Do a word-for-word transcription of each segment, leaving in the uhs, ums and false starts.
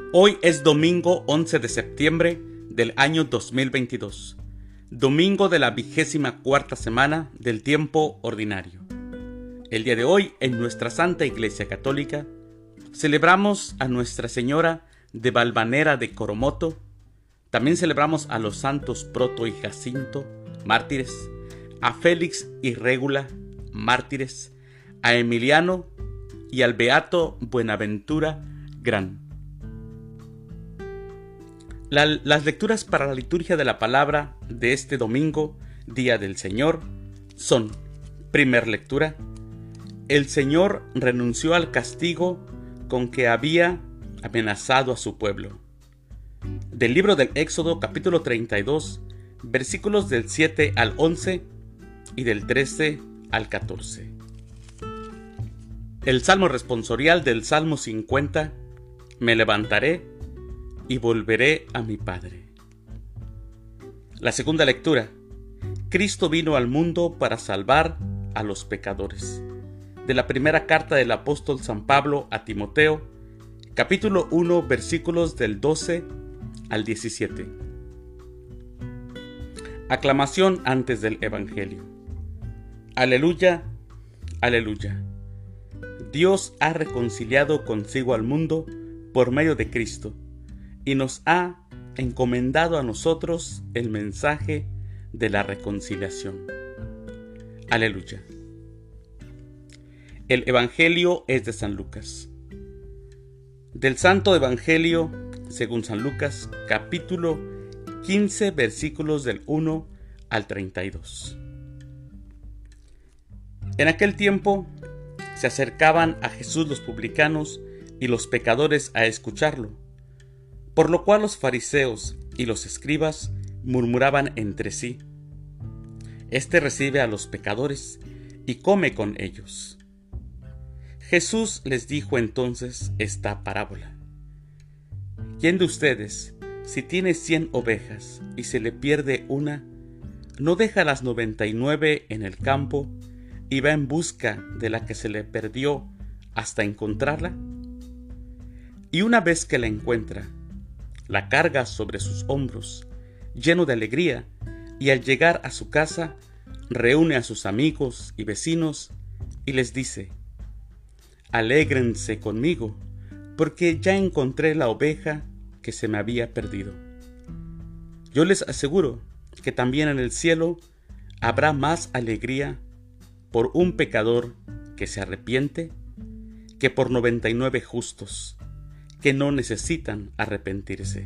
Hoy es domingo once de septiembre del año dos mil veintidós, domingo de la vigésima cuarta semana del tiempo ordinario. El día de hoy, en nuestra Santa Iglesia Católica, celebramos a Nuestra Señora de Valvanera de Coromoto. También celebramos a los santos Proto y Jacinto, mártires, a Félix y Régula, mártires, a Emiliano y al beato Buenaventura Gran. La, las lecturas para la liturgia de la palabra de este domingo, Día del Señor, son: primer lectura, el Señor renunció al castigo con que había amenazado a su pueblo. Del libro del Éxodo, capítulo treinta y dos, versículos del siete al once y del trece al catorce. El salmo responsorial del Salmo cincuenta: me levantaré y volveré a mi Padre. La segunda lectura: Cristo vino al mundo para salvar a los pecadores. De la primera carta del apóstol San Pablo a Timoteo, capítulo uno, versículos del doce al diecisiete. Aclamación antes del Evangelio. Aleluya, aleluya. Dios ha reconciliado consigo al mundo por medio de Cristo, y nos ha encomendado a nosotros el mensaje de la reconciliación. Aleluya. El Evangelio es de San Lucas. Del Santo Evangelio según San Lucas, capítulo quince, versículos del uno al treinta y dos. En aquel tiempo se acercaban a Jesús los publicanos y los pecadores a escucharlo, por lo cual los fariseos y los escribas murmuraban entre sí: Este recibe a los pecadores y come con ellos. Jesús les dijo entonces esta parábola: ¿Quién de ustedes, si tiene cien ovejas y se le pierde una, no deja las noventa y nueve en el campo y va en busca de la que se le perdió hasta encontrarla? Y una vez que la encuentra, la carga sobre sus hombros, lleno de alegría, y al llegar a su casa, reúne a sus amigos y vecinos y les dice: Alégrense conmigo, porque ya encontré la oveja que se me había perdido. Yo les aseguro que también en el cielo habrá más alegría por un pecador que se arrepiente que por noventa y nueve justos que no necesitan arrepentirse.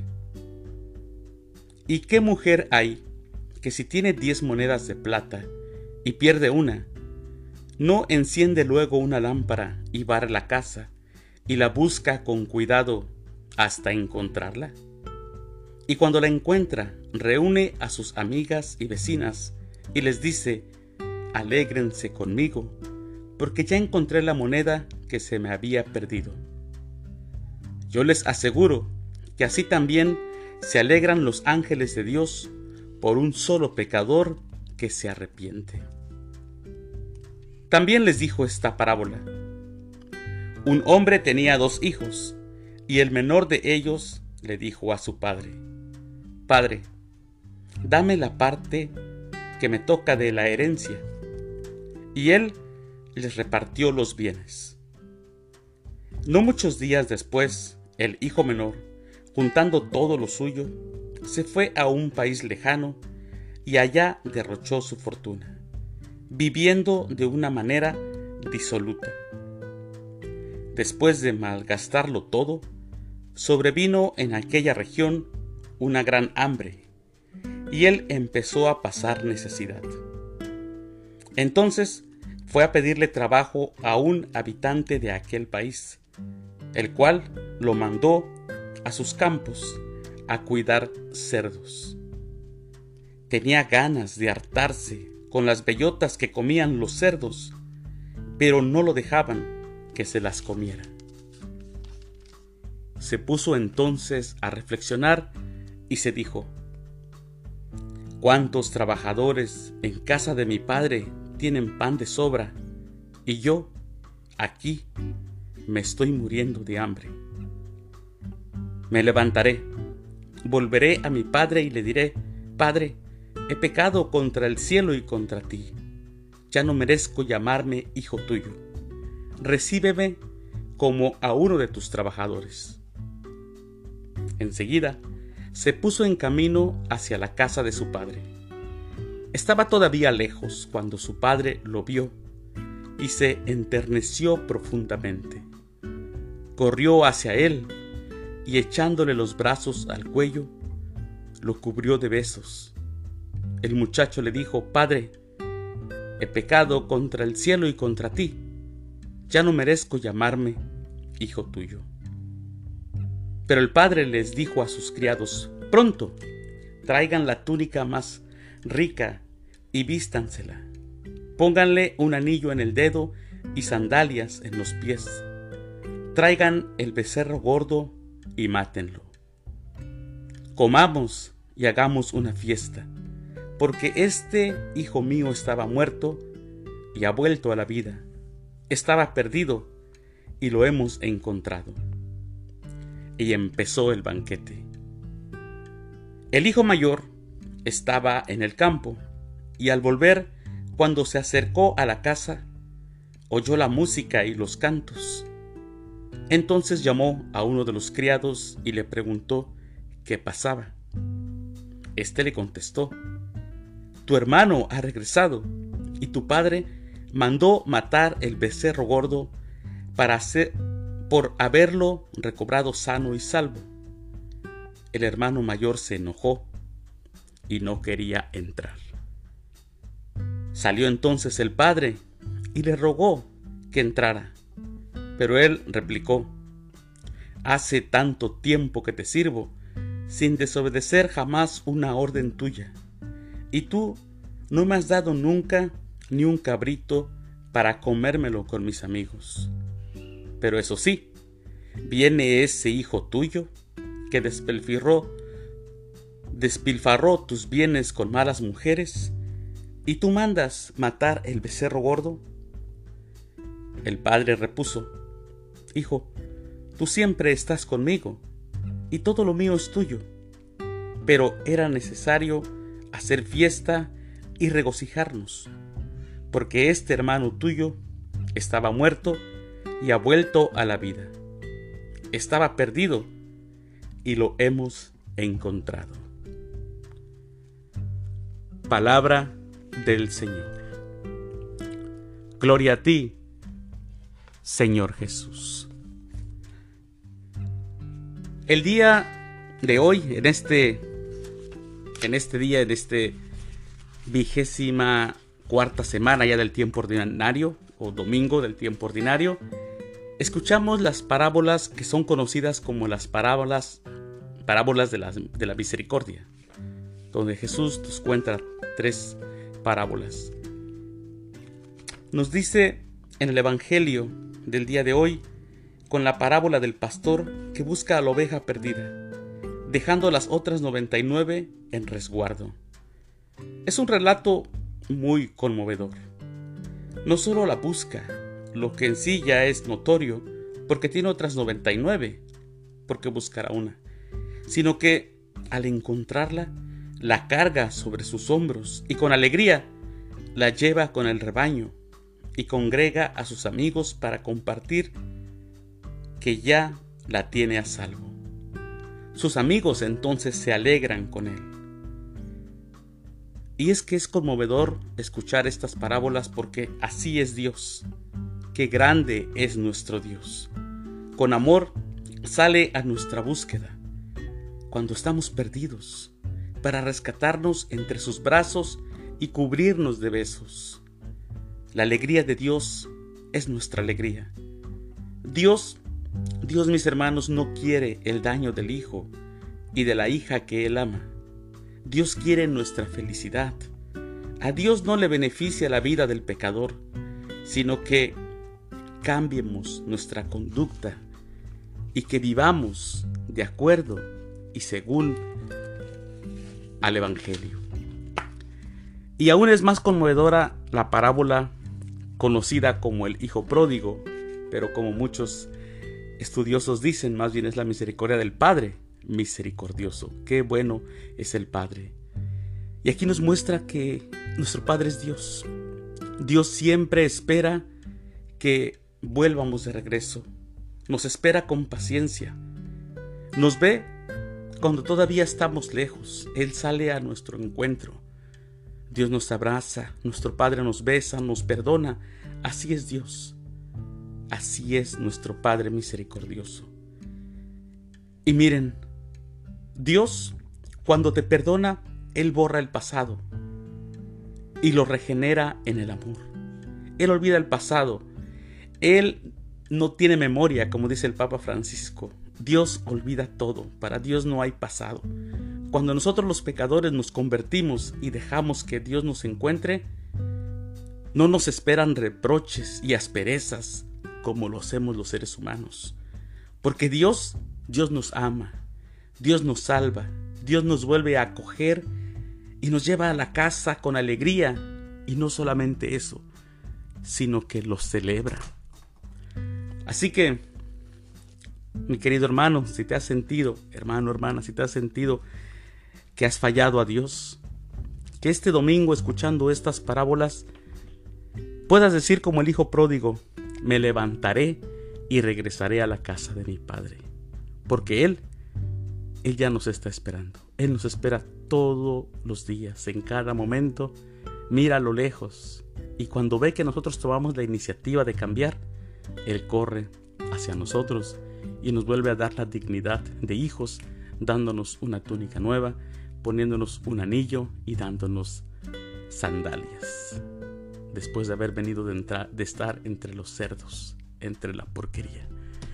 ¿Y qué mujer hay que si tiene diez monedas de plata y pierde una, no enciende luego una lámpara y barre la casa y la busca con cuidado hasta encontrarla? Y cuando la encuentra, reúne a sus amigas y vecinas y les dice: Alégrense conmigo, porque ya encontré la moneda que se me había perdido. Yo les aseguro que así también se alegran los ángeles de Dios por un solo pecador que se arrepiente. También les dijo esta parábola: Un hombre tenía dos hijos, y el menor de ellos le dijo a su padre: Padre, dame la parte que me toca de la herencia. Y él les repartió los bienes. No muchos días después, el hijo menor, juntando todo lo suyo, se fue a un país lejano y allá derrochó su fortuna, viviendo de una manera disoluta. Después de malgastarlo todo, sobrevino en aquella región una gran hambre, y él empezó a pasar necesidad. Entonces fue a pedirle trabajo a un habitante de aquel país, el cual lo mandó a sus campos a cuidar cerdos. Tenía ganas de hartarse con las bellotas que comían los cerdos, pero no lo dejaban que se las comiera. Se puso entonces a reflexionar y se dijo: ¿Cuántos trabajadores en casa de mi padre tienen pan de sobra, y yo, aquí, me estoy muriendo de hambre? Me levantaré, volveré a mi padre y le diré: Padre, he pecado contra el cielo y contra ti. Ya no merezco llamarme hijo tuyo. Recíbeme como a uno de tus trabajadores. Enseguida se puso en camino hacia la casa de su padre. Estaba todavía lejos cuando su padre lo vio y se enterneció profundamente. Corrió hacia él y, echándole los brazos al cuello, lo cubrió de besos. El muchacho le dijo: Padre, he pecado contra el cielo y contra ti. Ya no merezco llamarme hijo tuyo. Pero el padre les dijo a sus criados: Pronto, traigan la túnica más rica y vístansela. Pónganle un anillo en el dedo y sandalias en los pies. Traigan el becerro gordo y mátenlo. Comamos y hagamos una fiesta, porque este hijo mío estaba muerto y ha vuelto a la vida. Estaba perdido y lo hemos encontrado. Y empezó el banquete. El hijo mayor estaba en el campo, y al volver, cuando se acercó a la casa, oyó la música y los cantos. Entonces llamó a uno de los criados y le preguntó qué pasaba. Este le contestó: Tu hermano ha regresado, y tu padre mandó matar el becerro gordo para hacer, por haberlo recobrado sano y salvo. El hermano mayor se enojó y no quería entrar. Salió entonces el padre y le rogó que entrara. Pero él replicó: Hace tanto tiempo que te sirvo, sin desobedecer jamás una orden tuya, y tú no me has dado nunca ni un cabrito para comérmelo con mis amigos. Pero eso sí, viene ese hijo tuyo que despilfarró, despilfarró tus bienes con malas mujeres, y tú mandas matar el becerro gordo. El padre repuso: Hijo, tú siempre estás conmigo, y todo lo mío es tuyo. Pero era necesario hacer fiesta y regocijarnos, porque este hermano tuyo estaba muerto y ha vuelto a la vida. Estaba perdido y lo hemos encontrado. Palabra del Señor. Gloria a ti, Señor Jesús. El día de hoy, en este, en este día, en este vigésima cuarta semana ya del tiempo ordinario, o domingo del tiempo ordinario, escuchamos las parábolas que son conocidas como las parábolas, parábolas de la, de la misericordia, donde Jesús nos cuenta tres parábolas. Nos dice en el Evangelio del día de hoy, con la parábola del pastor que busca a la oveja perdida, dejando las otras noventa y nueve en resguardo. Es un relato muy conmovedor. No solo la busca, lo que en sí ya es notorio, porque tiene otras noventa y nueve, porque buscará una, sino que al encontrarla, la carga sobre sus hombros y con alegría la lleva con el rebaño y congrega a sus amigos para compartir que ya la tiene a salvo. Sus amigos entonces se alegran con él. Y es que es conmovedor escuchar estas parábolas porque así es Dios. Qué grande es nuestro Dios. Con amor sale a nuestra búsqueda cuando estamos perdidos, para rescatarnos entre sus brazos y cubrirnos de besos. La alegría de Dios es nuestra alegría. Dios, Dios, mis hermanos, no quiere el daño del hijo y de la hija que Él ama. Dios quiere nuestra felicidad. A Dios no le beneficia la vida del pecador, sino que cambiemos nuestra conducta y que vivamos de acuerdo y según al Evangelio. Y aún es más conmovedora la parábola conocida como el hijo pródigo, pero como muchos estudiosos dicen, más bien es la misericordia del Padre misericordioso. Qué bueno es el Padre. Y aquí nos muestra que nuestro Padre es Dios. Dios siempre espera que vuelvamos de regreso. Nos espera con paciencia. Nos ve cuando todavía estamos lejos. Él sale a nuestro encuentro. Dios nos abraza, nuestro Padre nos besa, nos perdona. Así es Dios. Así es nuestro Padre misericordioso. Y miren, Dios, cuando te perdona, Él borra el pasado y lo regenera en el amor. Él olvida el pasado. Él no tiene memoria, como dice el Papa Francisco. Dios olvida todo. Para Dios no hay pasado. Cuando nosotros los pecadores nos convertimos y dejamos que Dios nos encuentre, no nos esperan reproches y asperezas como lo hacemos los seres humanos. Porque Dios, Dios nos ama, Dios nos salva, Dios nos vuelve a acoger y nos lleva a la casa con alegría. Y no solamente eso, sino que lo celebra. Así que, mi querido hermano, si te has sentido, hermano, hermana, si te has sentido que has fallado a Dios, que este domingo, escuchando estas parábolas, puedas decir como el hijo pródigo: me levantaré y regresaré a la casa de mi Padre. Porque Él, Él ya nos está esperando. Él nos espera todos los días, en cada momento. Mira a lo lejos, y cuando ve que nosotros tomamos la iniciativa de cambiar, Él corre hacia nosotros y nos vuelve a dar la dignidad de hijos, dándonos una túnica nueva, poniéndonos un anillo y dándonos sandalias, después de haber venido de, entrar, de estar entre los cerdos, entre la porquería.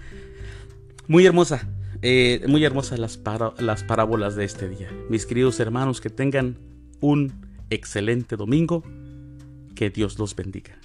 Muy hermosa, eh, muy hermosas las, para, las parábolas de este día. Mis queridos hermanos, que tengan un excelente domingo. Que Dios los bendiga.